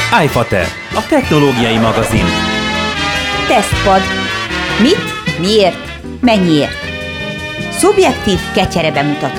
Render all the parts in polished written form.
iFater, a technológiai magazin. Tesztpad. Mit, miért, mennyiért? Szubjektív ketyere bemutató.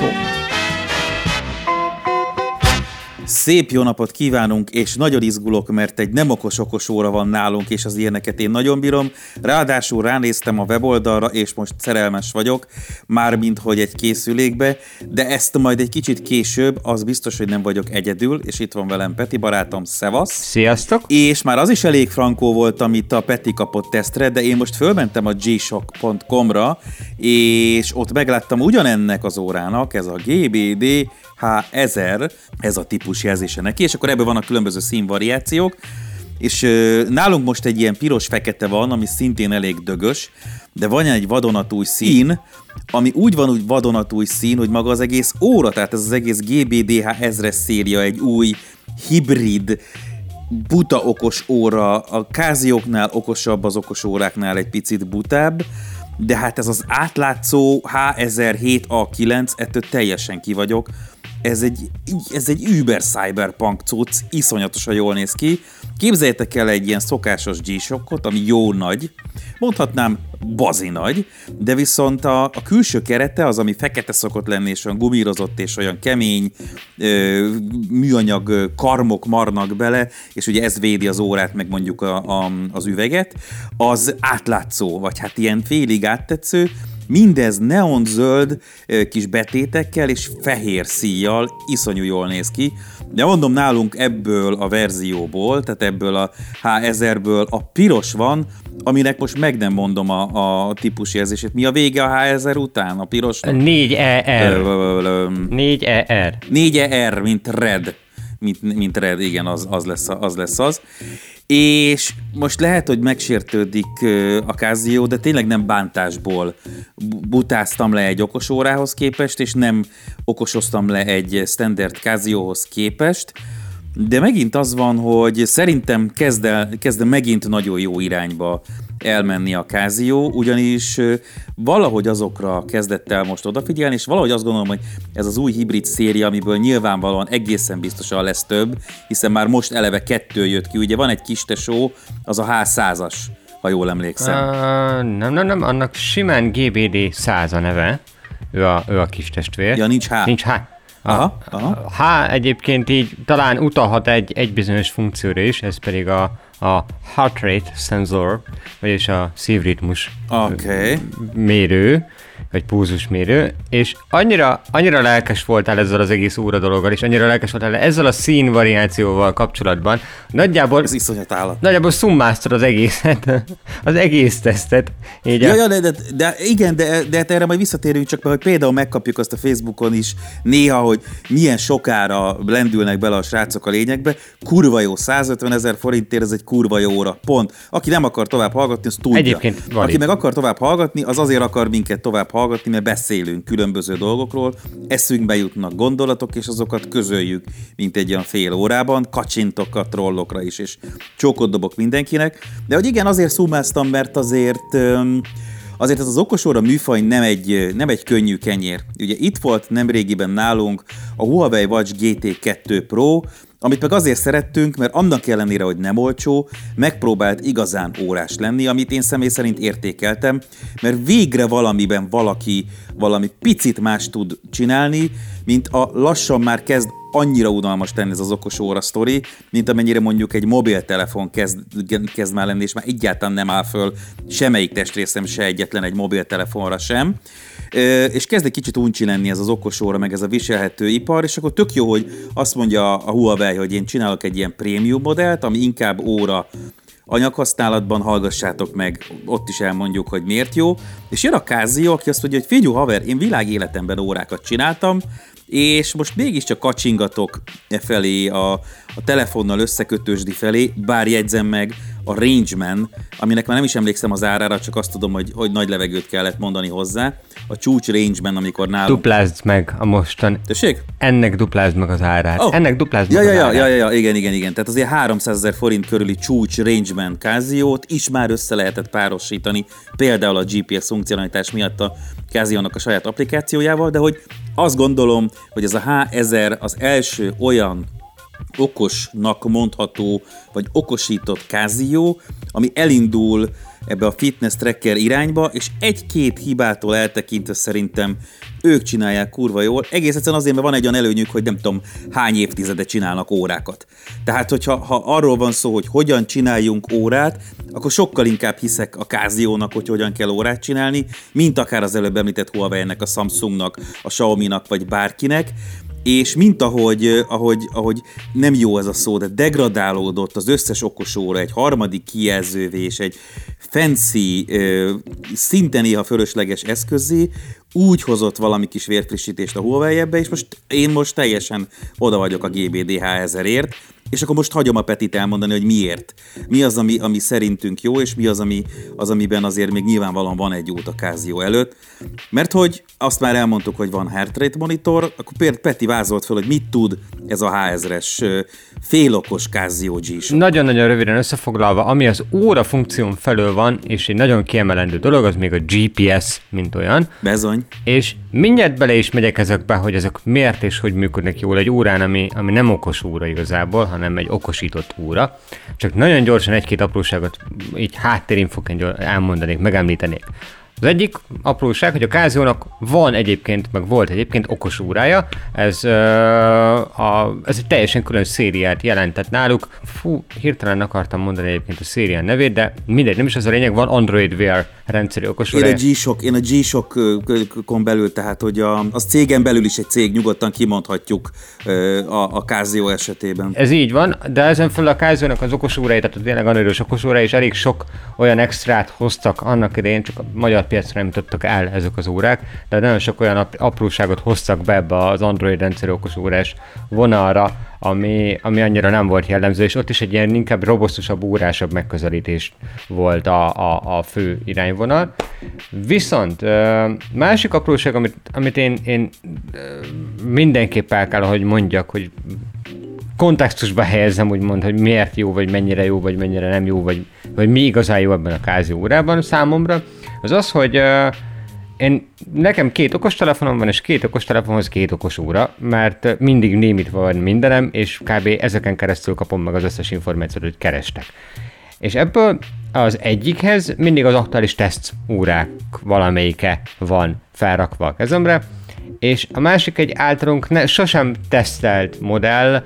Szép jó napot kívánunk, és nagyon izgulok, mert egy nem okos óra van nálunk, és az ilyeneket én nagyon bírom. Ráadásul ránéztem a weboldalra, és most szerelmes vagyok, mármint hogy egy készülékbe, de ezt majd egy kicsit később, az biztos, hogy nem vagyok egyedül, és itt van velem Peti barátom, szevasz! Sziasztok! És már az is elég frankó volt, amit a Peti kapott tesztre, de én most fölmentem a gshock.com-ra, és ott megláttam ugyanennek az órának, ez a GBD H1000, ez a típusjelzése neki, és akkor ebből vannak különböző színvariációk, és nálunk most egy ilyen piros-fekete van, ami szintén elég dögös, de van egy vadonatúj szín, ami úgy van úgy vadonatúj szín, hogy maga az egész óra, tehát ez az egész GBDH 1000-es széria egy új hibrid, buta okos óra, a Casio-knál okosabb, az okos óráknál egy picit butább, de hát ez az átlátszó H1007A9, ettől teljesen ki vagyok. Ez egy Uber Cyberpunk cucc, iszonyatosan jól néz ki. Képzeljétek el egy ilyen szokásos G-Shockot, ami jó nagy, mondhatnám bazi nagy, de viszont a külső kerete az, ami fekete szokott lenni, és olyan gumírozott, és olyan kemény műanyag karmok marnak bele, és ugye ez védi az órát, meg mondjuk az üveget, az átlátszó, vagy hát ilyen félig áttetsző, mindez neonzöld kis betétekkel és fehér szíjjal, iszonyú jól néz ki. De mondom, nálunk ebből a verzióból, tehát ebből a H1000-ből a piros van, aminek most meg nem mondom a típusjelzését. Mi a vége a H1000 után? A piros? 4ER. 4ER. 4ER, mint red. Mint red, igen, az lesz az. És most lehet, hogy megsértődik a Casio, de tényleg nem bántásból butáztam le egy okos órához képest, és nem okosoztam le egy standard Casiohoz képest, de megint az van, hogy szerintem kezd megint nagyon jó irányba elmenni a Casio, ugyanis valahogy azokra kezdett el most odafigyelni, és valahogy azt gondolom, hogy ez az új hibrid széria, amiből nyilvánvalóan egészen biztosan lesz több, hiszen már most eleve 2 jött ki, ugye van egy kis tesó, az a H100-as, ha jól emlékszem. Nem, annak simán GBD 100 a neve, ő a kis testvér. Ja, nincs H. Nincs H. Aha. H egyébként így talán utalhat egy bizonyos funkcióra is, ez pedig a heart rate sensor, vagyis a szívritmus mérő, vagy pulzusmérő, és annyira lelkes voltál ezzel az egész óra dologgal, és annyira lelkes voltál ezzel a színvariációval kapcsolatban, nagyjából... Ez iszonyat állat. Nagyjából szummáztad az egészet, az egész tesztet. De igen, de erre majd visszatérünk, csak hogy például megkapjuk azt a Facebookon is néha, hogy milyen sokára lendülnek bele a srácok a lényegbe. Kurva jó, 150 000 forintért ez egy kurva jó óra. Pont. Aki nem akar tovább hallgatni, az tudja. Egyébként aki meg akar tovább hallgatni, az azért akar minket tovább hallgatni, mert beszélünk különböző dolgokról, eszünkbe jutnak gondolatok, és azokat közöljük, mint egy olyan fél órában, kacsintok a trollokra is, és csókot dobok mindenkinek. De hogy igen, azért szumáztam, mert azért ez az okosóra műfaj nem egy könnyű kenyér. Ugye itt volt nemrégiben nálunk a Huawei Watch GT2 Pro, amit meg azért szerettünk, mert annak ellenére, hogy nem olcsó, megpróbált igazán órás lenni, amit én személy szerint értékeltem, mert végre valamiben valami picit más tud csinálni, mint a lassan már kezd annyira unalmas tenni ez az okos óra sztori, mint amennyire mondjuk egy mobiltelefon kezd már lenni, és már egyáltalán nem áll föl semmelyik testrészem se egyetlen egy mobiltelefonra sem. És kezd egy kicsit uncsi lenni ez az okos óra, meg ez a viselhető ipar, és akkor tök jó, hogy azt mondja a Huawei, hogy én csinálok egy ilyen prémium modellt, ami inkább óra anyaghasználatban, hallgassátok meg, ott is elmondjuk, hogy miért jó. És jön a Casio, aki azt mondja, hogy figyelj haver, én világéletemben órákat csináltam, és most mégiscsak kacsingatok felé a telefonnal összekötősdi felé, bár jegyzem meg a Rangeman, aminek már nem is emlékszem az árára, csak azt tudom, hogy nagy levegőt kellett mondani hozzá. A csúcs Rangeman, amikor nálunk... Duplázd meg a mostan. Tessék? Ennek duplázd meg az árát. Oh. Ennek duplázd meg az árát. Igen. Tehát azért 300 000 forint körüli csúcs Rangeman Casio-t is már össze lehetett párosítani, például a GPS funkcionalitás miatt a Casio-nak a saját applikációjával, de hogy azt gondolom, hogy ez a H1000 az első olyan okosnak mondható, vagy okosított Casio, ami elindul ebbe a fitness tracker irányba, és egy-két hibától eltekintve szerintem ők csinálják kurva jól. Egész egyszerűen azért, mert van egy olyan előnyük, hogy nem tudom hány évtizede csinálnak órákat. Tehát, hogyha arról van szó, hogy hogyan csináljunk órát, akkor sokkal inkább hiszek a Casio-nak, hogy hogyan kell órát csinálni, mint akár az előbb említett Huawei-nek, a Samsungnak, a Xiaomi-nak, vagy bárkinek. És mint ahogy nem jó ez a szó, de degradálódott az összes okos óra egy harmadik kijelzővé és egy fancy, szinte néha fölösleges eszközzé, úgy hozott valami kis vérfrissítést a Huawei ebbe, és én most teljesen oda vagyok a GBD H1000-ért, és akkor most hagyom a Petit elmondani, hogy miért. Mi az, ami szerintünk jó, és mi az, amiben azért még nyilvánvalóan van egy út a Casio előtt. Mert hogy azt már elmondtuk, hogy van heart rate monitor, akkor Peti vázolt fel, hogy mit tud ez a H1000-es félokos Casio G-Shock. Nagyon-nagyon röviden összefoglalva, ami az óra funkción felől van, és egy nagyon kiemelendő dolog, az még a GPS, mint olyan. Bezony. És mindjárt bele is megyek ezekbe, hogy ezek miért és hogy működnek jól egy órán, ami nem okos óra igazából, hanem egy okosított óra. Csak nagyon gyorsan egy-két apróságot így háttérinfóként elmondanék, megemlítenék. Az egyik apróság, hogy a Casio-nak van egyébként, meg volt egyébként okos órája, ez egy teljesen külön szériát jelentett náluk. Hirtelen akartam mondani egyébként a szérián nevét, de mindegy, nem is az a lényeg, van Android Wear rendszeri okos órája. Én a G-Shock-on belül, tehát hogy az cégen belül is egy cég, nyugodtan kimondhatjuk a Casio esetében. Ez így van, de ezen felül a Casio-nak az okos órája, tehát a tényleg androidos okos órája, és elég sok olyan extrát hoztak annak idején, csak a magyar piacra nem jutottak el ezek az órák, de nagyon sok olyan apróságot hoztak be ebbe az Android rendszerű okosórás vonalra, ami annyira nem volt jellemző, és ott is egy ilyen inkább robosztusabb, órásabb megközelítés volt a fő irányvonal. Viszont másik apróság, amit én mindenképp el kell, hogy mondjak, hogy kontextusba helyezem, úgymond, hogy miért jó, vagy mennyire nem jó, vagy mi igazán jó ebben a Casio órában számomra, az az, hogy nekem 2 okostelefonom van, és 2 okostelefonhoz 2 okos óra, mert mindig némítva van mindenem, és kb. Ezeken keresztül kapom meg az összes információt, hogy kerestek. És ebből az egyikhez mindig az aktuális teszt órák valamelyike van felrakva a kezemre, és a másik egy általunk sosem tesztelt modell,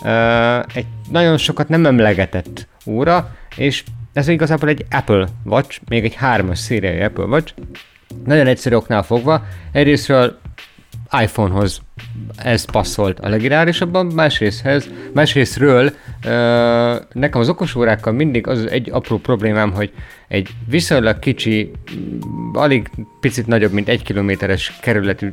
egy nagyon sokat nem emlegetett óra, és ez igazából egy Apple Watch, még egy 3-as szériai Apple Watch. Nagyon egyszerű oknál fogva. Egyrésztről iPhone-hoz ez passzolt a legideálisabban, másrésztről nekem az okos órákkal mindig az egy apró problémám, hogy egy viszonylag kicsi, alig picit nagyobb, mint 1 kilométeres kerületű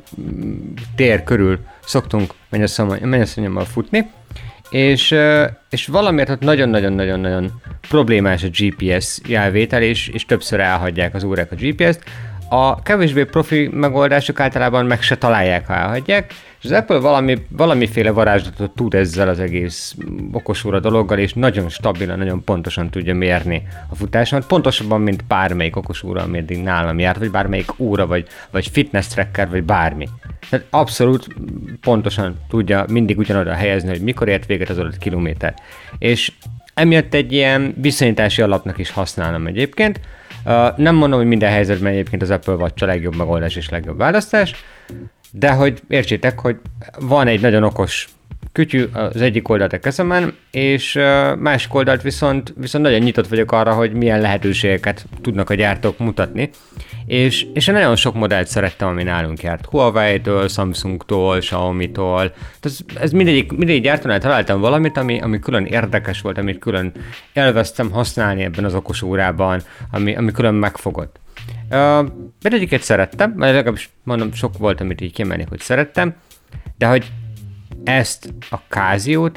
tér körül szoktunk mennyasszonyommal futni, és valamiért ott nagyon-nagyon-nagyon problémás a GPS jelvétel, és többször elhagyják az órák a GPS-t. A kevésbé profi megoldások általában meg se találják, ha elhagyják, és az Apple valamiféle varázslatot tud ezzel az egész okosóra dologgal, és nagyon stabilan, nagyon pontosan tudja mérni a futásomat, pontosabban, mint bármelyik okosóra, ami eddig nálam járt, vagy bármelyik óra, vagy fitness tracker, vagy bármi. Tehát abszolút pontosan tudja mindig ugyanoda helyezni, hogy mikor ért véget az adott kilométer. És emiatt egy ilyen viszonyítási alapnak is használom egyébként. Nem mondom, hogy minden helyzetben egyébként az Apple Watch a legjobb megoldás és legjobb választás, de hogy értsétek, hogy van egy nagyon okos kütyű az egyik oldalt a kezemen, és másik oldalt viszont nagyon nyitott vagyok arra, hogy milyen lehetőségeket tudnak a gyártók mutatni, és én nagyon sok modellt szerettem, ami nálunk járt. Huawei-től, Samsung-tól, Xiaomi-tól. Ez mindegyik gyártónál találtam valamit, ami külön érdekes volt, amit külön élveztem használni ebben az okos órában, ami külön megfogott. Mindegyiket szerettem, mert legalábbis mondom, sok volt, amit így kiemelnék, hogy szerettem, de hogy ezt a Casio-t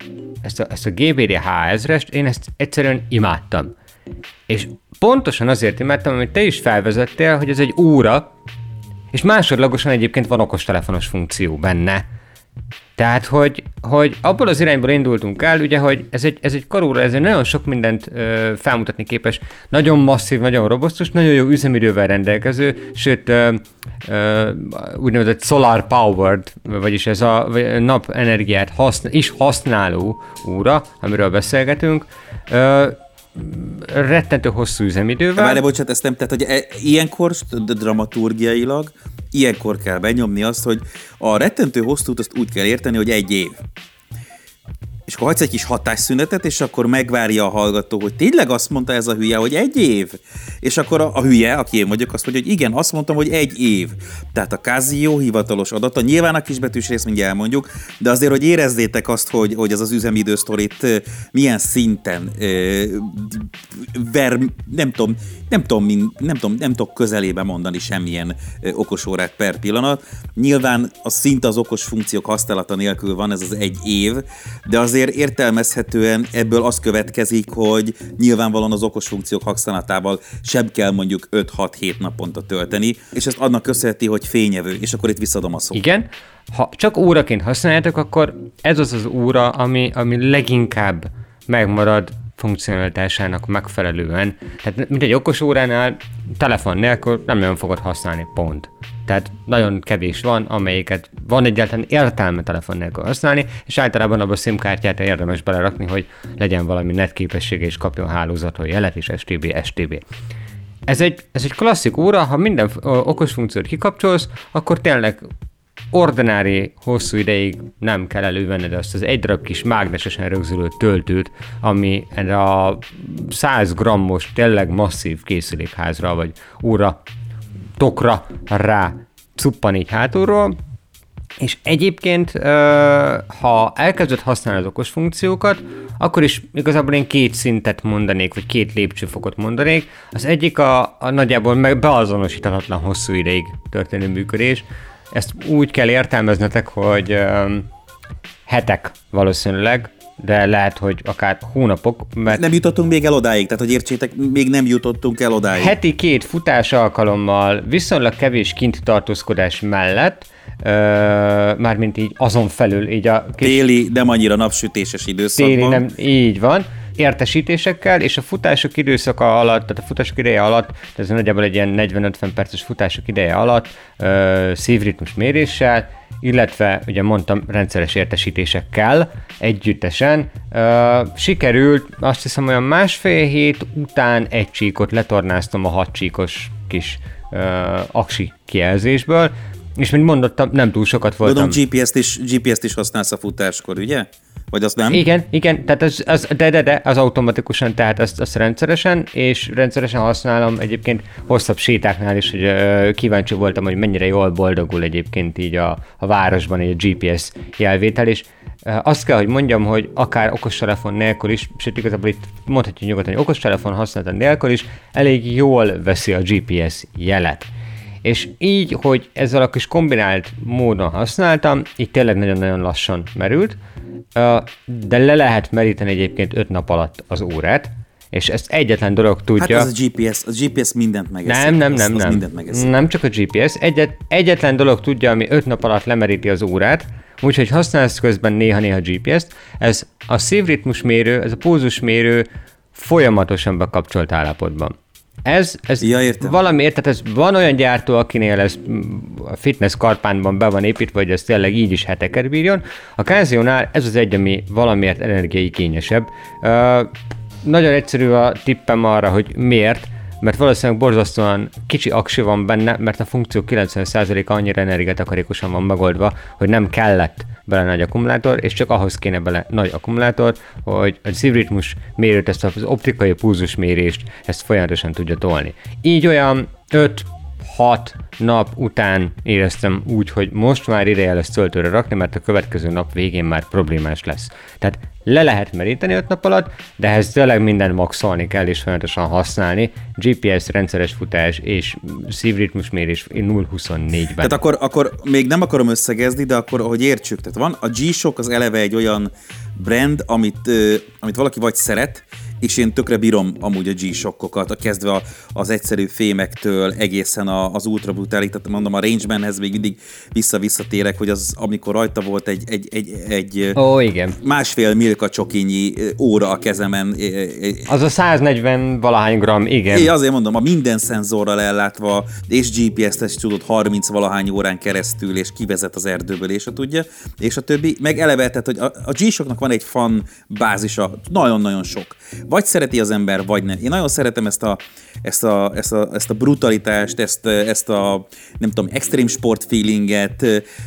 ezt a GBD H1000-est, én ezt egyszerűen imádtam. És pontosan azért imádtam, amit te is felvezettél, hogy ez egy óra, és másodlagosan egyébként van okostelefonos funkció benne. Tehát, hogy abból az irányból indultunk el, ugye, hogy ez egy karúra, ez egy nagyon sok mindent felmutatni képes, nagyon masszív, nagyon robusztus, nagyon jó üzemidővel rendelkező, sőt, úgynevezett solar powered, vagyis ez a napenergiát is használó óra, amiről beszélgetünk, rettentő hosszú üzemidővel. Várj, bocsánat, ezt nem, tehát, hogy ilyenkor dramaturgiailag, ilyenkor kell benyomni azt, hogy a rettentő hosszút azt úgy kell érteni, hogy 1 év. És akkor hagysz egy kis hatásszünetet, és akkor megvárja a hallgató, hogy tényleg azt mondta ez a hülye, hogy 1 év. És akkor a hülye, aki én vagyok, azt mondja, hogy igen, azt mondtam, hogy 1 év. Tehát a Casio hivatalos adata, nyilván a kisbetűs részt mindjárt elmondjuk, de azért, hogy érezzétek azt, hogy ez az üzemidő sztorit milyen szinten nem tudok közelébe mondani semmilyen okosórát per pillanat. Nyilván a szint az okos funkciók használata nélkül van, ez az 1 év, de azért értelmezhetően ebből az következik, hogy nyilvánvalóan az okos funkciók használatával sem kell mondjuk 5-6-7 naponta tölteni, és ezt annak köszönheti, hogy fényevő, és akkor itt visszadom a szót. Igen, ha csak óraként használjátok, akkor ez az óra, ami leginkább megmarad funkcionalitásának megfelelően. Tehát mint egy okos óránál, telefon nélkül nem nagyon fogod használni, pont. Tehát nagyon kevés van, amelyiket van egyáltalán értelme telefon nélkül használni, és általában abban a SIM-kártyát érdemes belerakni, hogy legyen valami netképessége, és kapjon hálózatról jelet, és STB. Ez egy klasszik óra, ha minden okos funkciót kikapcsolsz, akkor tényleg ordinári hosszú ideig nem kell elővenned azt az 1 darab kis mágnesesen rögzülő töltőt, ami a 100 grammos, tényleg masszív készülékházra, vagy óra tokra rá cuppan így hátulról, és egyébként, ha elkezded használni az okos funkciókat, akkor is igazából én 2 szintet mondanék, vagy 2 lépcsőfokot mondanék. Az egyik a nagyjából beazonosíthatatlan hosszú ideig történő működés. Ezt úgy kell értelmeznetek, hogy hetek valószínűleg, de lehet, hogy akár hónapok. Mert nem jutottunk még el odáig, tehát hogy értsétek, még nem jutottunk el odáig. Heti 2 futás alkalommal, viszonylag kevés kint tartózkodás mellett, mármint így azon felül, így a téli, nem annyira napsütéses időszakban. Téli, nem, így van, értesítésekkel, és a futások időszaka alatt, tehát a futások ideje alatt, ez nagyjából egy ilyen 40-50 perces futások ideje alatt, szívritmus méréssel, illetve, ugye mondtam, rendszeres értesítésekkel együttesen sikerült, azt hiszem olyan 1,5 hét után 1 csíkot letornáztam a 6 csíkos kis aksi kijelzésből, és mint mondottam, nem túl sokat voltam. Tudom, GPS-t is használsz a futáskor, ugye? Vagy azt nem? Igen, tehát az automatikusan, tehát azt rendszeresen, és rendszeresen használom egyébként hosszabb sétáknál is, hogy kíváncsi voltam, hogy mennyire jól boldogul egyébként így a városban egy GPS jelvétel, és azt kell, hogy mondjam, hogy akár okostelefon nélkül is, sőt igazából itt mondhatjuk nyugodtan, hogy okostelefon használata nélkül is elég jól veszi a GPS jelet. És így, hogy ezzel a kis kombinált módon használtam, így tényleg nagyon-nagyon lassan merült, de le lehet meríteni egyébként 5 nap alatt az órát, és ezt egyetlen dolog tudja. Hát az a GPS mindent megeszik. Nem. Mindent megeszik. Nem csak a GPS, egyetlen dolog tudja, ami 5 nap alatt lemeríti az órát, úgyhogy használsz közben néha-néha GPS-t, ez a szívritmusmérő, ez a pulzusmérő folyamatosan bekapcsolt állapotban. Ez valamiért, tehát ez van olyan gyártó, akinél ez a fitness karpánban be van építve, hogy ez tényleg így is heteket bírjon. A Casio-nál ez az egy, ami valamiért energiaigényesebb. Nagyon egyszerű a tippem arra, hogy miért, mert valószínűleg borzasztóan kicsi aksi van benne, mert a funkció 90%-a annyira energiatakarékosan van megoldva, hogy nem kellett bele nagy akkumulátor, és csak ahhoz kéne bele nagy akkumulátor, hogy a szívritmus mérőt, ezt az optikai pulzusmérést, ezt folyamatosan tudja tolni. Így olyan 5-6 nap után éreztem úgy, hogy most már ideje lesz töltőre rakni, mert a következő nap végén már problémás lesz. Tehát le lehet meríteni 5 nap alatt, de ehhez tényleg mindent maxolni kell és folyamatosan használni. GPS, rendszeres futás és szívritmusmérés 0-24-ben. Tehát akkor még nem akarom összegezni, de akkor, hogy értsük, tehát van a G-Shock az eleve egy olyan brand, amit valaki vagy szeret, és én tökre bírom amúgy a G-Shockokat, kezdve az egyszerű fémektől egészen az ultra brutálig, tehát mondom, a Rangemanhez még mindig visszatérek, hogy az, amikor rajta volt egy igen. 1,5 milka csokinyi óra a kezemen. Az a 140 valahány gram, igen. Én azért mondom, a minden szenzorral ellátva, és GPS-t is tudod 30 valahány órán keresztül, és kivezet az erdőből, és a tudja, és a többi. Meg eleve, tehát, hogy a G-Shocknak van egy fan bázisa, nagyon-nagyon sok. Vagy szereti az ember, vagy nem. Én nagyon szeretem ezt a brutalitást, ezt a nem tudom, extrém sport feelinget,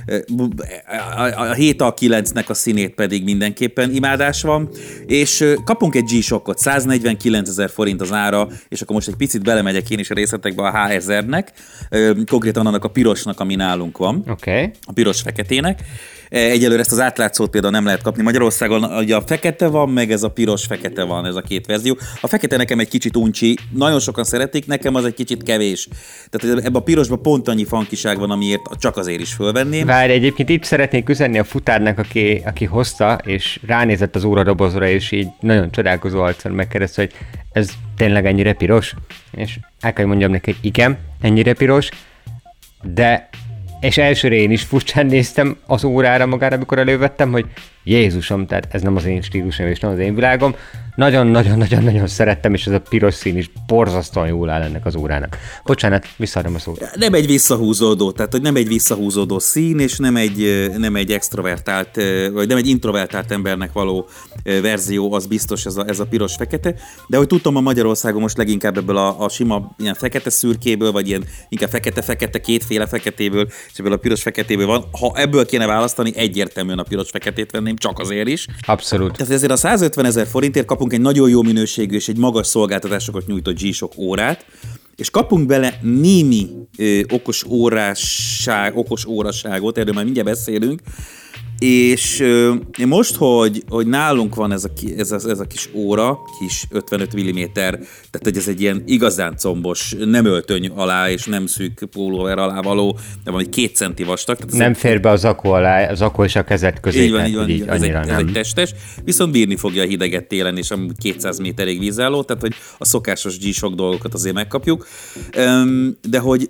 a 7A9-nek a színét pedig mindenképpen imádás van, és kapunk egy G-Shockot, 149 000 forint az ára, és akkor most egy picit belemegyek én is a részletekbe a H1000-nek, konkrétan annak a pirosnak, ami nálunk van, a piros-feketének. Egyelőre ezt az átlátszót például nem lehet kapni Magyarországon, ugye a fekete van, meg ez a piros-fekete van, ez a két verzió. A fekete nekem egy kicsit uncsi, nagyon sokan szeretik, nekem az egy kicsit kevés. Tehát ebben a pirosban pont annyi funkiság van, amiért csak azért is fölvenném. Várj, egyébként itt szeretnék üzenni a futárnak, aki hozta, és ránézett az óradobozra, és így nagyon csodálkozó arccal megkérdezte, hogy ez tényleg ennyire piros? És el kell mondjam neki, hogy igen, ennyire piros, de és elsőre én is furcsán néztem az órára magára, amikor elővettem, hogy Jézusom, tehát ez nem az én stílusom, és nem az én világom. Nagyon-nagyon szerettem, és ez a piros szín is borzasztóan jól áll ennek az órának. Bocsánat, visszaadom a szót. Nem egy visszahúzódó, tehát hogy nem egy visszahúzódó szín, és nem egy extrovertált, vagy nem egy introvertált embernek való verzió, az biztos ez a piros-fekete. De hogy tudtam, a Magyarországon most leginkább ebből a sima ilyen fekete-szürkéből, vagy ilyen inkább fekete-fekete, kétféle feketéből, és ebből a piros-feketéből van. Ha ebből kéne választani, egyértelműen a piros-feketét venném, csak azért is. Abszolút. Tehát ezért a 150 000 forintért kapunk egy nagyon jó minőségű és egy magas szolgáltatásokat nyújtó G-Shock órát, és kapunk bele némi okos óraságot, erről már mindjárt beszélünk, és most, hogy nálunk van ez a kis óra, kis 55 mm, tehát hogy ez egy ilyen igazán combos, nem öltöny alá és nem szűk pólóver alá való, de valami 2 centi vastag. Nem fér be az akku alá, az akku és a kezed közé. Így van. Ez egy testes, viszont bírni fogja a hideget télen, és amúgy 200 méterig vízálló, tehát hogy a szokásos G-Shock dolgokat azért megkapjuk. De hogy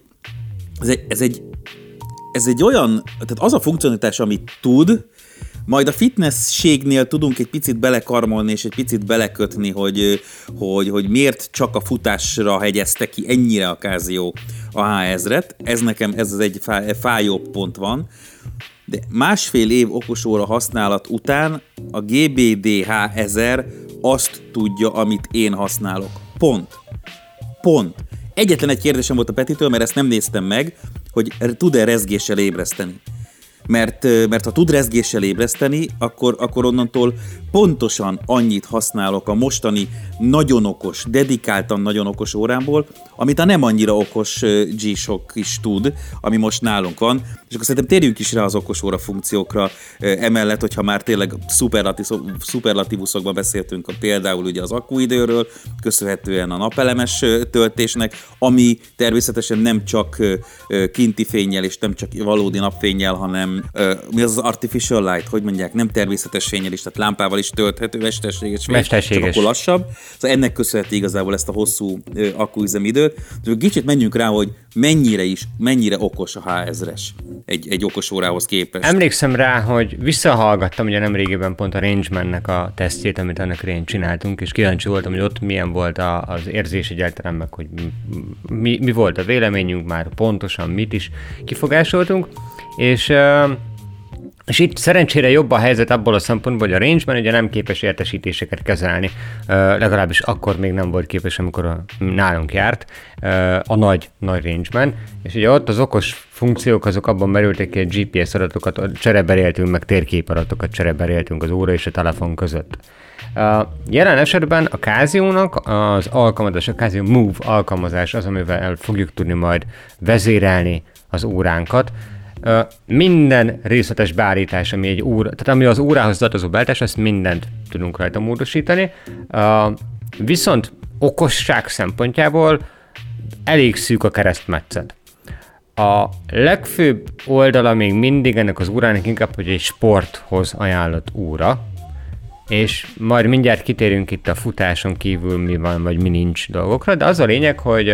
ez egy olyan, tehát az a funkcionalitás, amit tud, majd a fitnessségnél tudunk egy picit belekarmolni és egy picit belekötni, hogy miért csak a futásra hegyezte ki ennyire a Casio a H1000-et. Ez egy fájó pont van, de 1,5 év okosóra használat után a GBD H1000 azt tudja, amit én használok. Pont. Egyetlen egy kérdésem volt a Petitől, mert ezt nem néztem meg, hogy tud-e rezgéssel ébreszteni. Mert ha tud rezgéssel ébreszteni, akkor onnantól pontosan annyit használok a mostani nagyon okos, dedikáltan nagyon okos órámból, amit a nem annyira okos G-Shock is tud, ami most nálunk van. És akkor szerintem térjünk is rá az okos óra funkciókra, emellett, hogyha már tényleg szuperlatívuszokban beszéltünk, például ugye az akkuidőről, köszönhetően a napelemes töltésnek, ami természetesen nem csak kinti fénnyel és nem csak valódi napfénnyel, hanem mi az artificial light, hogy mondják, nem természetes fénnyel is, tehát lámpával is tölthető, mesterséges, csak akkor lassabb. Szóval ennek köszönheti igazából ezt a hosszú akkuüzemidőt. Kicsit menjünk rá, hogy mennyire okos a H1000-es egy okos órához képest. Emlékszem rá, hogy visszahallgattam ugye nemrégiben pont a Rangemannek a tesztjét, amit annak idején csináltunk, és kíváncsi voltam, hogy ott milyen volt az érzés egyáltalán, meg hogy mi volt a véleményünk, már pontosan mit is kifogásoltunk, és itt szerencsére jobb a helyzet abból a szempontból, hogy a Rangeman ugye nem képes értesítéseket kezelni, legalábbis akkor még nem volt képes, amikor nálunk járt a nagy Rangeman, és ugye ott az okos funkciók azok abban merültek, hogy GPS adatokat csereberéltünk, meg térképadatokat csereberéltünk az óra és a telefon között. Jelen esetben a Casio-nak az alkalmazás, a Casio Move alkalmazás az, amivel fogjuk tudni majd vezérelni az óránkat. Minden részletes beállítás, ami az órához tartozó beállítás, ezt mindent tudunk rajta módosítani. Viszont okosság szempontjából elég szűk a keresztmetszet. A legfőbb oldala még mindig ennek az órának inkább, hogy egy sporthoz ajánlott óra, és majd mindjárt kitérünk itt a futáson kívül mi van, vagy mi nincs dolgokra, de az a lényeg, hogy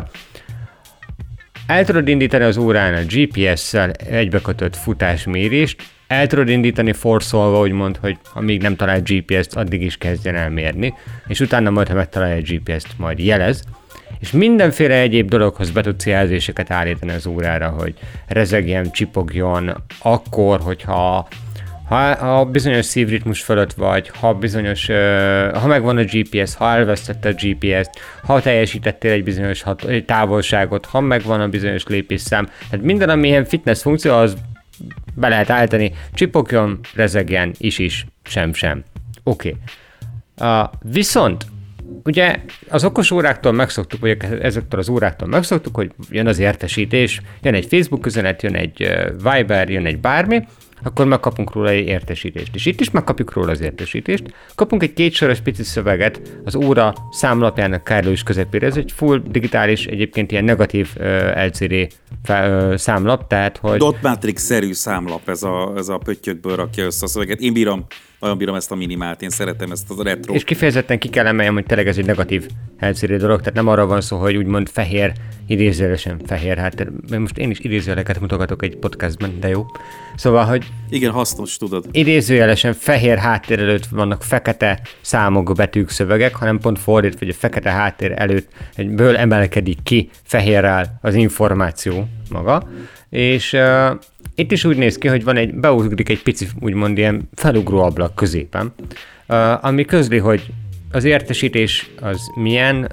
el tudod indítani az órán a GPS-szel egybekötött futásmérést, el tudod indítani forszolva, úgymond, hogy amíg nem talál GPS-t, addig is kezdjen el mérni, és utána majd, ha megtalálja a GPS-t, majd jelez, és mindenféle egyéb dologhoz be tudsz jelzéseket állítani az órára, hogy rezegjen, csipogjon, akkor, hogyha ha bizonyos szívritmus fölött vagy, ha megvan a GPS, ha elvesztette a GPS-t, ha teljesítettél egy bizonyos távolságot, ha megvan a bizonyos lépésszám, tehát minden, ami ilyen fitness funkció, az be lehet állítani, csipogjon, rezegjen, is, sem. Oké. Viszont ugye az okos óráktól megszoktuk, vagy ezektől az óráktól megszoktuk, hogy jön az értesítés, jön egy Facebook üzenet, jön egy Viber, jön egy bármi, akkor megkapunk róla egy értesítést. És itt is megkapjuk róla az értesítést, kapunk egy 2 soros pici szöveget az óra számlapjának kárlós közepére. Ez egy full digitális, egyébként ilyen negatív LCD számlap, tehát hogy... Dot matrix-szerű számlap, ez a pöttyökből rakja össze a szöveget. Én nagyon bírom ezt a minimált, én szeretem ezt a retro. És kifejezetten ki kell emeljem, hogy tényleg ez egy negatív LCD dolog, tehát nem arra van szó, hogy úgymond fehér, idézőjelesen fehér háttér. Most én is idézőjeleket mutogatok egy podcastban, de jó. Szóval, hogy... Igen, hasznos, tudod. Idézőjelesen fehér háttér előtt vannak fekete számok, betűk, szövegek, hanem pont fordítva, hogy a fekete háttér előtt egyből emelkedik ki fehérrel az információ maga, és itt is úgy néz ki, hogy beugrik egy pici, úgymond ilyen felugró ablak középen, ami közli, hogy az értesítés az milyen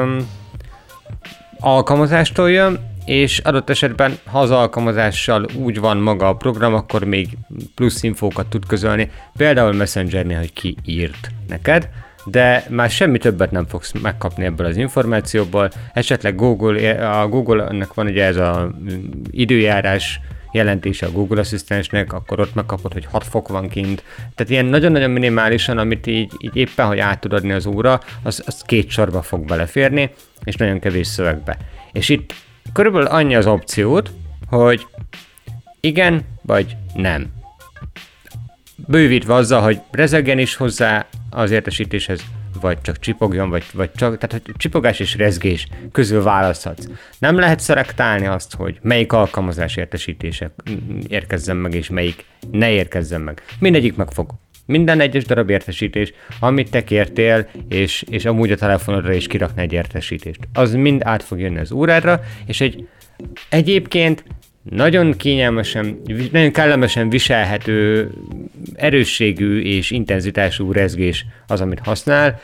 alkalmazástól jön, és adott esetben, ha az alkalmazással úgy van maga a program, akkor még plusz infókat tud közölni, például Messengernél, hogy ki írt neked, de már semmi többet nem fogsz megkapni ebből az információból. Esetleg a Google-nek van ugye ez az időjárás jelentése a Google Asszisztensnek, akkor ott megkapod, hogy 6 fok van kint. Tehát ilyen nagyon-nagyon minimálisan, amit így éppen, hogy át tud adni az óra, az 2 sorba fog beleférni, és nagyon kevés szövegbe. És itt körülbelül annyi az opciót, hogy igen, vagy nem. Bővítve azzal, hogy rezegjen is hozzá az értesítéshez, vagy csak csipogjon, vagy csak, tehát hogy csipogás és rezgés közül választhatsz. Nem lehet szelektálni azt, hogy melyik alkalmazás értesítések érkezzen meg, és melyik ne érkezzen meg. Mindegyik meg fog. Minden egyes darab értesítés, amit te kértél, és amúgy a telefonodra is kirakna egy értesítést. Az mind át fog jönni az órádra, és egyébként nagyon kényelmesen, nagyon kellemesen viselhető, erősségű és intenzitású rezgés az, amit használ.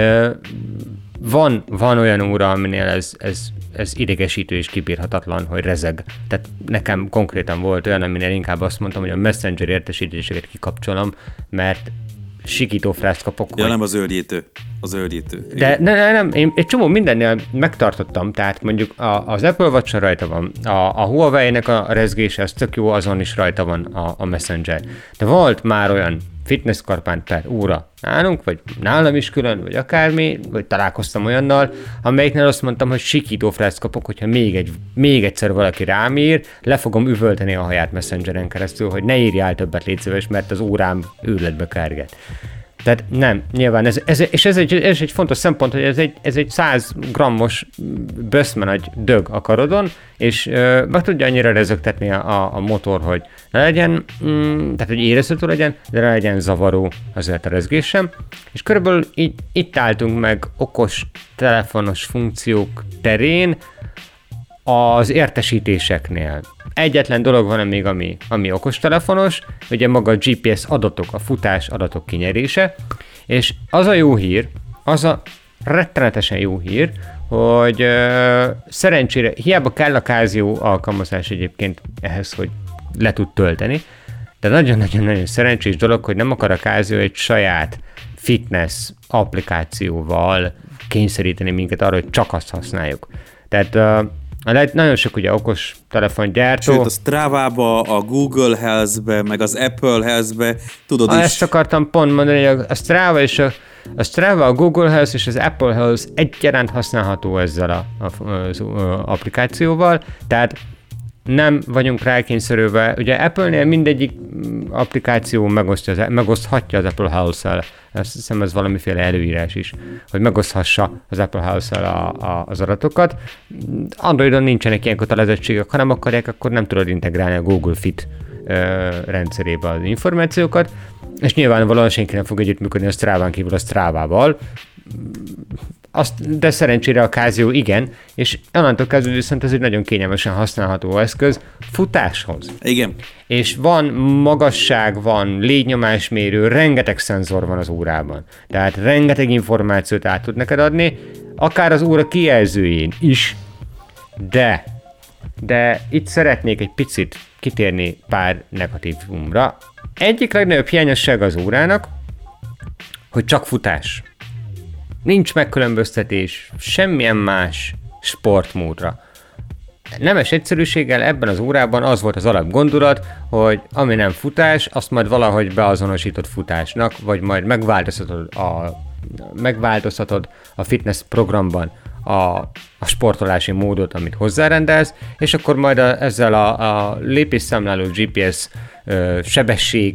Van olyan óra, aminél ez idegesítő és kibírhatatlan, hogy rezeg. Tehát nekem konkrétan volt olyan, aminél inkább azt mondtam, hogy a Messenger értesítéseket kikapcsolom, mert sikító frászt kapok. Ja, nem a zöldítő. A zöldítő. De nem, én egy csomó mindennél megtartottam, tehát mondjuk az Apple Watch-on rajta van, a Huawei-nek a rezgése, az tök jó, azon is rajta van a Messenger. De volt már olyan fitness karpány per óra nálunk, vagy nálam is külön, vagy akármi, vagy találkoztam olyannal, amelyiknél azt mondtam, hogy sikító frászt kapok, hogyha még egyszer valaki rám ír, le fogom üvölteni a haját Messengeren keresztül, hogy ne írjál többet, légy szíves, mert az órám őrületbe kerget. Tehát nem, nyilván, ez egy fontos szempont, hogy ez egy 100 grammos böszmenagy dög a karodon, és meg tudja annyira rezögtetni a motor, hogy ne legyen, tehát hogy érezhető legyen, de ne legyen zavaró azért a rezgés sem. És körülbelül itt álltunk meg okos telefonos funkciók terén az értesítéseknél. Egyetlen dolog van még, ami okostelefonos, ugye maga a GPS adatok, a futás adatok kinyerése, és az a jó hír, az a rettenetesen jó hír, hogy szerencsére, hiába kell a Casio alkalmazás egyébként ehhez, hogy le tud tölteni, de nagyon-nagyon szerencsés dolog, hogy nem akar a Casio egy saját fitness applikációval kényszeríteni minket arra, hogy csak azt használjuk. Tehát nagyon sok ugye okos telefongyártó. Sőt, a Strava-ba, a Google Health-be, meg az Apple Health-be, tudod is. Ezt akartam pont mondani, hogy a Strava és a Strava, a Google Health és az Apple Health egyaránt használható ezzel az applikációval, tehát nem vagyunk rákényszerülve. Ugye Apple-nél mindegyik applikáció megoszthatja az Apple House-el. Azt hiszem, ez valamiféle előírás is, hogy megoszthassa az Apple House-el az adatokat. Androidon nincsenek ilyen kötelezettségek, ha nem akarják, akkor nem tudod integrálni a Google Fit rendszerébe az információkat, és nyilvánvalóan senki nem fog együttműködni a Stráván kívül a Strávával, de szerencsére a Casio igen, és onnantól kezdve viszont ez egy nagyon kényelmesen használható eszköz futáshoz. Igen. És van magasság, van légynyomásmérő, rengeteg szenzor van az órában. Tehát rengeteg információt át tud neked adni, akár az óra kijelzőjén is, de itt szeretnék egy picit kitérni pár negatívumra. Egyik legnagyobb hiányosság az órának, hogy csak futás. Nincs megkülönböztetés semmilyen más sportmódra. Nemes egyszerűséggel ebben az órában az volt az alapgondolat, hogy ami nem futás, azt majd valahogy beazonosított futásnak, vagy majd megváltoztatod a fitness programban a sportolási módot, amit hozzárendelsz, és akkor majd ezzel a lépésszámláló GPS sebesség,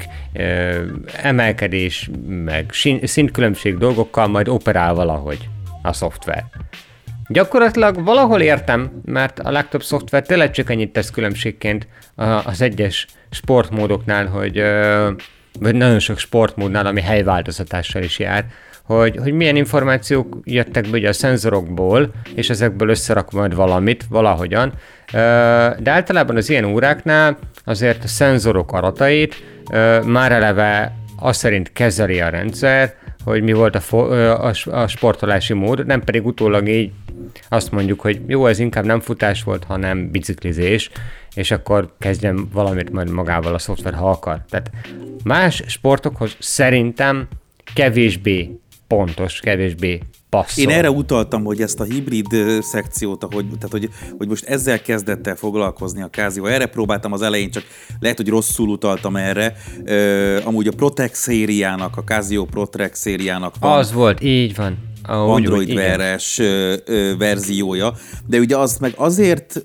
emelkedés, meg szintkülönbség dolgokkal majd operál valahogy a szoftver. Gyakorlatilag valahol értem, mert a legtöbb szoftver tényleg csak ennyit tesz különbségként az egyes sportmódoknál, vagy nagyon sok sportmódnál, ami helyváltoztatással is jár, hogy milyen információk jöttek be ugye a szenzorokból, és ezekből összerak majd valamit, valahogyan. De általában az ilyen óráknál azért a szenzorok adatait már eleve azt szerint kezeli a rendszer, hogy mi volt a sportolási mód, nem pedig utólag így azt mondjuk, hogy jó, ez inkább nem futás volt, hanem biciklizés, és akkor kezdjem valamit majd magával a szoftver, ha akar. Tehát más sportokhoz szerintem kevésbé pontos, kevésbé passzol. Én erre utaltam, hogy ezt a hibrid szekciót, hogy most ezzel kezdett el foglalkozni a Casio. Erre próbáltam az elején, csak lehet, hogy rosszul utaltam erre. Amúgy a Protect szériának, a Casio Protect szériának van. Az volt, így van. Android veres verziója, de ugye azt meg azért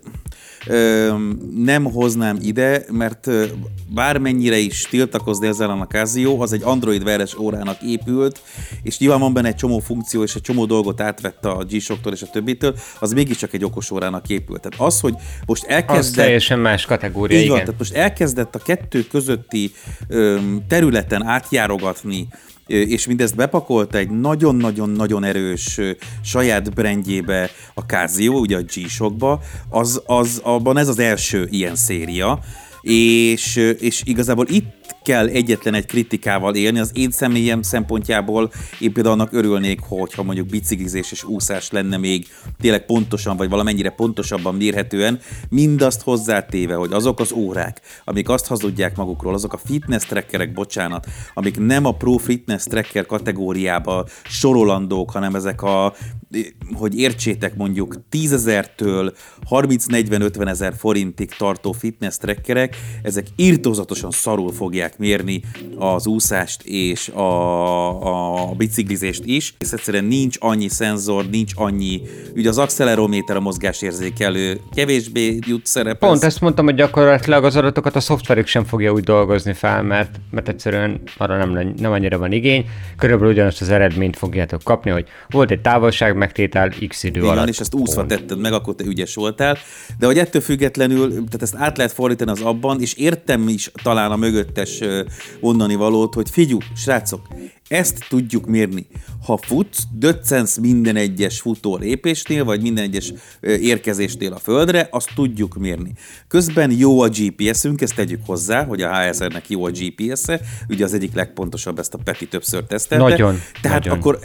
nem hoznám ide, mert bármennyire is tiltakozni ezzel a Casio, az egy Android veres órának épült, és nyilván van benne egy csomó funkció, és egy csomó dolgot átvette a G-Shocktól és a többitől, az mégiscsak egy okos órának épült. Tehát az, hogy most elkezdett... Az teljesen más kategória, így igen. Van, tehát most elkezdett a kettő közötti területen átjárogatni, és mindezt bepakolta egy nagyon-nagyon-nagyon erős saját brandjébe a Casio, ugye a G-Shockba, abban ez az első ilyen széria, és igazából itt kell egyetlen egy kritikával élni. Az én személyem szempontjából én például annak örülnék, hogyha mondjuk biciklizés és úszás lenne még tényleg pontosan, vagy valamennyire pontosabban mérhetően, mindazt hozzátéve, hogy azok az órák, amik azt hazudják magukról, azok a fitness trackerek, bocsánat, amik nem a pro fitness tracker kategóriába sorolandók, hanem ezek hogy értsétek, mondjuk 10 000-től 30-40-50 ezer forintig tartó fitness trackerek, ezek irtózatosan szarul fogják mérni az úszást és a biciklizést is, és egyszerűen nincs annyi szenzor, nincs annyi, ugye az accelerométer, a mozgásérzékelő kevésbé jut szerepel. Pont ezt mondtam, hogy gyakorlatilag az adatokat a szoftverük sem fogja úgy dolgozni fel, mert egyszerűen arra nem annyira van igény, körülbelül ugyanazt az eredményt fogjátok kapni, hogy volt egy távolság megtétel x idő alatt. És ezt úszva tetted meg, akkor te ügyes voltál, de hogy ettől függetlenül, tehát ezt át lehet fordítani az abban, és értem is talán a mögöttes mondani valót, hogy figyelj, srácok, ezt tudjuk mérni. Ha futsz, döccensz minden egyes futó lépésnél, vagy minden egyes érkezésnél a földre, azt tudjuk mérni. Közben jó a GPS-ünk, ezt tegyük hozzá, hogy a HSR-nek jó a GPS-e, ugye az egyik legpontosabb, ezt a Peti többször tesztelte. Nagyon. Tehát nagyon. Akkor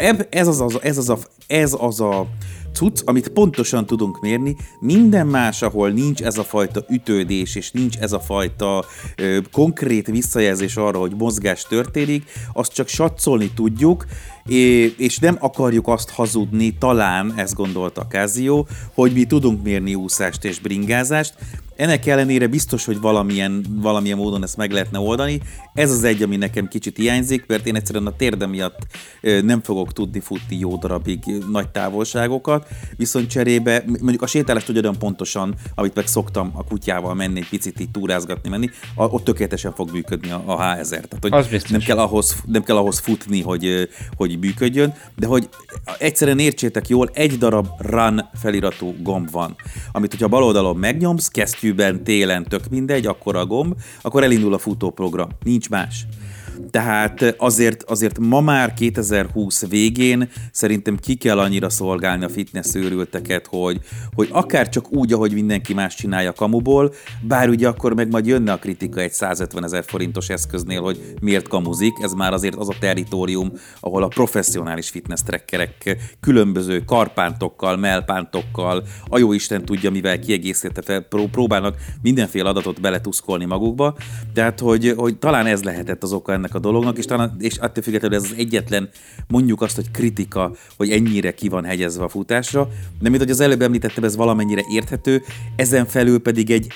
ez az a cucc, amit pontosan tudunk mérni, minden más, ahol nincs ez a fajta ütődés, és nincs ez a fajta konkrét visszajelzés arra, hogy mozgás történik, azt csak satszolni tudjuk, és nem akarjuk azt hazudni, talán ezt gondolta a Casio, hogy mi tudunk mérni úszást és bringázást, Ennek ellenére biztos, hogy valamilyen módon ezt meg lehetne oldani. Ez az egy, ami nekem kicsit hiányzik, mert én egyszerűen a térdem miatt nem fogok tudni futni jó darabig nagy távolságokat, viszont cserébe, mondjuk a sétálást ugyanolyan pontosan, amit meg szoktam a kutyával menni, egy picit így túrázgatni menni, ott tökéletesen fog működni a H1000. Tehát, hogy nem kell ahhoz futni, hogy működjön, de hogy egyszerűen értsétek jól, egy darab run feliratú gomb van, amit hogyha bal oldalon megnyomsz, kesztyűben, télen, tök mindegy, akkor a gomb, akkor elindul a futóprogram. Nincs más. Tehát azért ma már 2020 végén szerintem ki kell annyira szolgálni a fitness őrülteket, hogy akár csak úgy, ahogy mindenki más csinálja kamuból, bár ugye akkor meg majd jönne a kritika egy 150 000 forintos eszköznél, hogy miért kamuzik, ez már azért az a territórium, ahol a professzionális fitness trackerek különböző karpántokkal, mellpántokkal, a jó Isten tudja, mivel kiegészítve próbálnak mindenféle adatot beletuszkolni magukba, tehát hogy talán ez lehetett az oka ennek a dolognak, és attól függetlenül ez az egyetlen, mondjuk azt, hogy kritika, hogy ennyire ki van hegyezve a futásra, de mint hogy az előbb említettem, ez valamennyire érthető, ezen felül pedig egy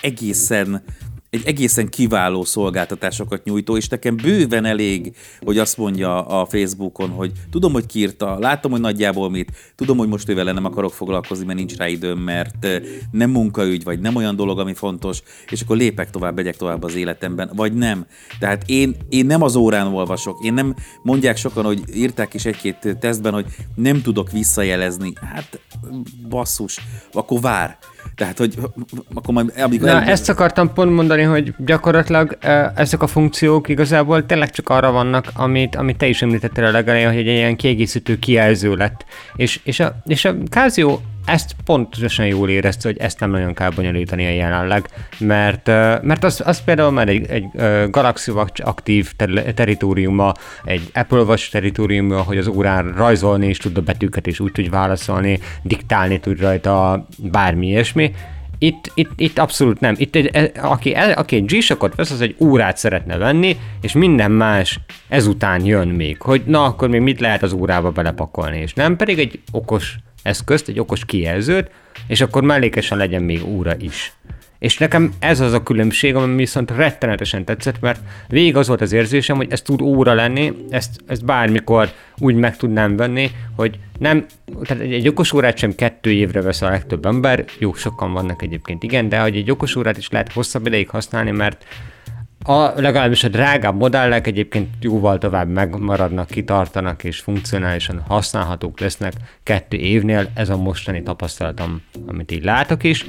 egészen kiváló szolgáltatásokat nyújtó, és nekem bőven elég, hogy azt mondja a Facebookon, hogy tudom, hogy kiírta, látom, hogy nagyjából mit, tudom, hogy most ővele nem akarok foglalkozni, mert nincs rá időm, mert nem munkaügy, vagy nem olyan dolog, ami fontos, és akkor lépek tovább, megyek tovább az életemben, vagy nem. Tehát én nem az órán olvasok, én nem, mondják sokan, hogy írták is egy-két tesztben, hogy nem tudok visszajelezni. Hát basszus, akkor vár. Tehát, hogy akkor majd... Ezt akartam pont mondani, hogy gyakorlatilag ezek a funkciók igazából tényleg csak arra vannak, amit te is említettél a legelején, hogy egy ilyen kiegészítő kijelző lett. És a Casio ezt pontosan jól érezte, hogy ezt nem nagyon kell bonyolítani a jelenleg, mert az például már egy Galaxy Watch aktív territóriuma, egy Apple Watch territóriuma, hogy az órán rajzolni is tud a betűket, és úgy tud válaszolni, diktálni tud rajta bármi ilyesmi. Itt abszolút nem. Itt aki egy G-Shockot vesz, az egy órát szeretne venni, és minden más ezután jön még, hogy na, akkor még mit lehet az órába belepakolni, és nem pedig egy okos eszközt, egy okos kijelzőt, és akkor mellékesen legyen még óra is. És nekem ez az a különbség, ami viszont rettenetesen tetszett, mert végig az volt az érzésem, hogy ez tud óra lenni, ezt bármikor úgy meg tudnám venni, hogy nem, tehát egy okos órát sem 2 évre vesz a legtöbb ember, jó, sokan vannak egyébként, igen, de hogy egy okos órát is lehet hosszabb ideig használni, mert legalábbis a drágább modellek egyébként jóval tovább megmaradnak, kitartanak és funkcionálisan használhatók lesznek 2 évnél, ez a mostani tapasztalatom, amit így látok is.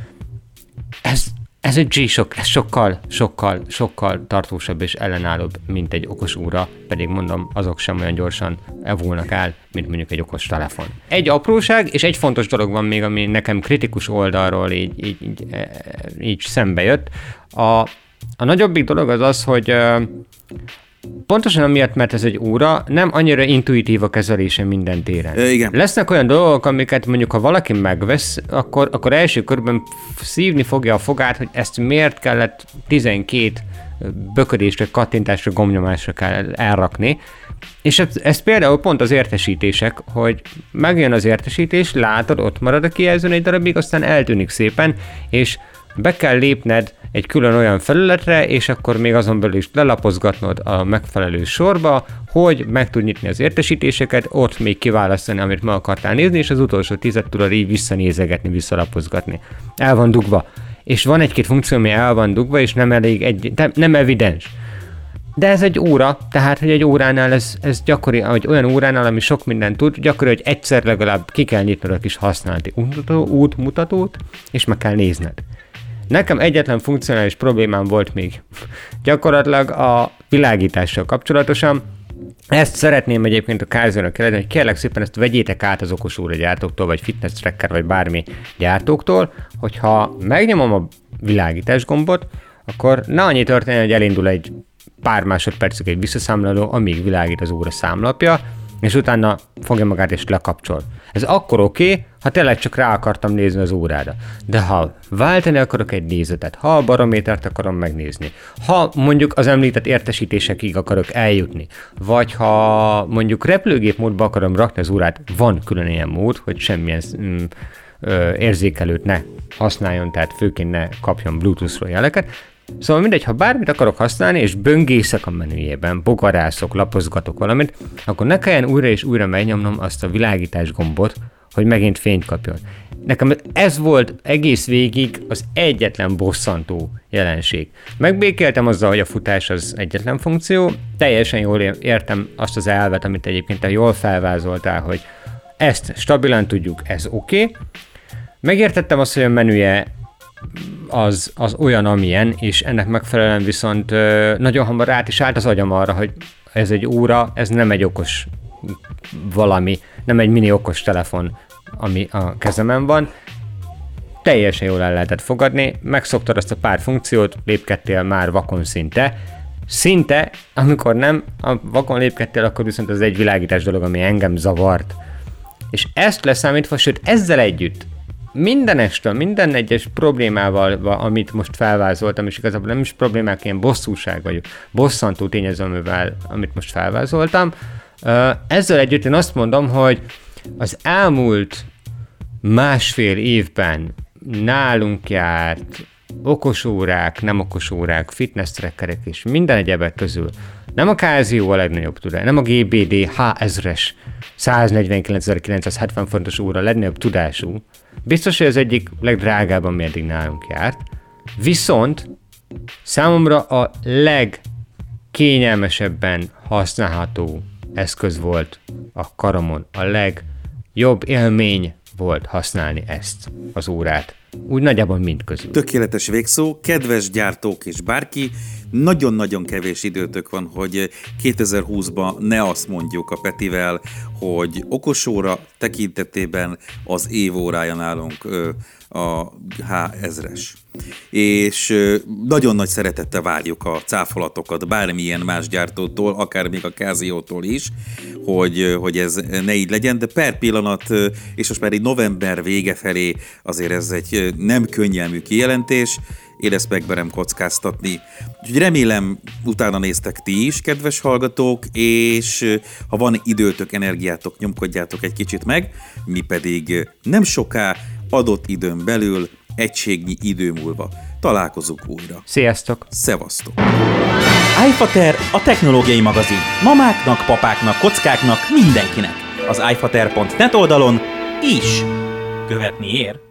Ez egy G-Shock, ez sokkal tartósabb és ellenállóbb, mint egy okos óra, pedig mondom, azok sem olyan gyorsan evulnak el, mint mondjuk egy okos telefon. Egy apróság, és egy fontos dolog van még, ami nekem kritikus oldalról így szembe jött. A nagyobbik dolog az, hogy pontosan amiatt, mert ez egy óra, nem annyira intuitív a kezelése minden téren. Igen. Lesznek olyan dolgok, amiket mondjuk, ha valaki megvesz, akkor első körben szívni fogja a fogát, hogy ezt miért kellett 12 böködésre, kattintásra, gombnyomásra kell elrakni. És ez például pont az értesítések, hogy megjön az értesítés, látod, ott marad a kijelzőn egy darabig, aztán eltűnik szépen, és be kell lépned egy külön olyan felületre, és akkor még azon belül is lelapozgatnod a megfelelő sorba, hogy meg tud nyitni az értesítéseket, ott még kiválasztani, amit meg akartál nézni, és az utolsó 10 tudod így visszanézegetni, visszalapozgatni. El van dugva. És van egy-két funkció, ami el van dugva, és nem elég nem evidens. De ez egy óra, tehát hogy egy óránál ez gyakori, hogy olyan óránál, ami sok mindent tud, gyakori, hogy egyszer legalább ki kell nyitnod a kis használati útmutatót, és meg kell nézned. Nekem egyetlen funkcionális problémám volt még gyakorlatilag a világítással kapcsolatosan. Ezt szeretném egyébként a Casio-nak kérdezni, hogy kérlek szépen ezt vegyétek át az okos óra gyártóktól, vagy fitness tracker, vagy bármi gyártóktól, hogyha megnyomom a világítás gombot, akkor ne annyi történjen, hogy elindul egy pár másodpercig egy visszaszámláló, amíg világít az óra számlapja, és utána fogja magát és lekapcsol. Ez akkor oké, ha tényleg csak rá akartam nézni az órára. De ha váltani akarok egy nézetet, ha a barométert akarom megnézni, ha mondjuk az említett értesítésekig akarok eljutni, vagy ha mondjuk repülőgép módba akarom rakni az órát, van külön ilyen mód, hogy semmilyen érzékelőt ne használjon, tehát főként ne kapjon Bluetooth-ról jeleket. Szóval mindegy, ha bármit akarok használni, és böngészek a menüjében, bogarászok, lapozgatok valamit, akkor ne kelljen újra és újra megnyomnom azt a világítás gombot, hogy megint fényt kapjon. Nekem ez volt egész végig az egyetlen bosszantó jelenség. Megbékéltem azzal, hogy a futás az egyetlen funkció, teljesen jól értem azt az elvet, amit egyébként te jól felvázoltál, hogy ezt stabilan tudjuk, ez oké. Megértettem azt, hogy a menüje az olyan, amilyen, és ennek megfelelően viszont nagyon hamar át is állt az agyam arra, hogy ez egy óra, ez nem egy okos valami, nem egy mini okos telefon, ami a kezemen van. Teljesen jól el lehetett fogadni, megszoktad azt a pár funkciót, lépkedtél már vakon szinte, amikor nem a vakon lépkedtél, akkor viszont az egy világítás dolog, ami engem zavart. És ezt leszámítva, sőt ezzel együtt minden egyes problémával, amit most felvázoltam, és igazából nem is problémák, ilyen bosszúság vagy bosszantó tényezőművel, amit most felvázoltam, ezzel együtt én azt mondom, hogy az elmúlt másfél évben nálunk járt okosórák, nem okosórák, fitness trackerek és minden egyebek közül nem a Casio a legnagyobb tudás, nem a GBD H1000-es 149.970 fontos óra a legnagyobb tudású, biztos, hogy az egyik legdrágább, ami eddig nálunk járt, viszont számomra a legkényelmesebben használható eszköz volt a karomon, a legjobb élmény volt használni ezt az órát. Úgy nagyjából mind közül. Tökéletes végszó, kedves gyártók és bárki, nagyon-nagyon kevés időtök van, hogy 2020-ban ne azt mondjuk a Petivel, hogy okosóra tekintetében az év órája nálunk a H1000-es. És nagyon nagy szeretettel várjuk a cáfolatokat bármilyen más gyártótól, akár még a Casio-tól is, hogy ez ne így legyen, de per pillanat, és most már egy november vége felé azért ez egy nem könnyelmű kijelentés, én ezt megmerem kockáztatni. Úgyhogy remélem utána néztek ti is, kedves hallgatók, és ha van időtök, energiátok, nyomkodjátok egy kicsit meg, mi pedig nem soká, adott időn belül, egységnyi idő múlva találkozunk újra. Sziasztok! Szevasztok! iFater a technológiai magazin. Mamáknak, papáknak, kockáknak, mindenkinek. Az iFater.net oldalon is követni ér.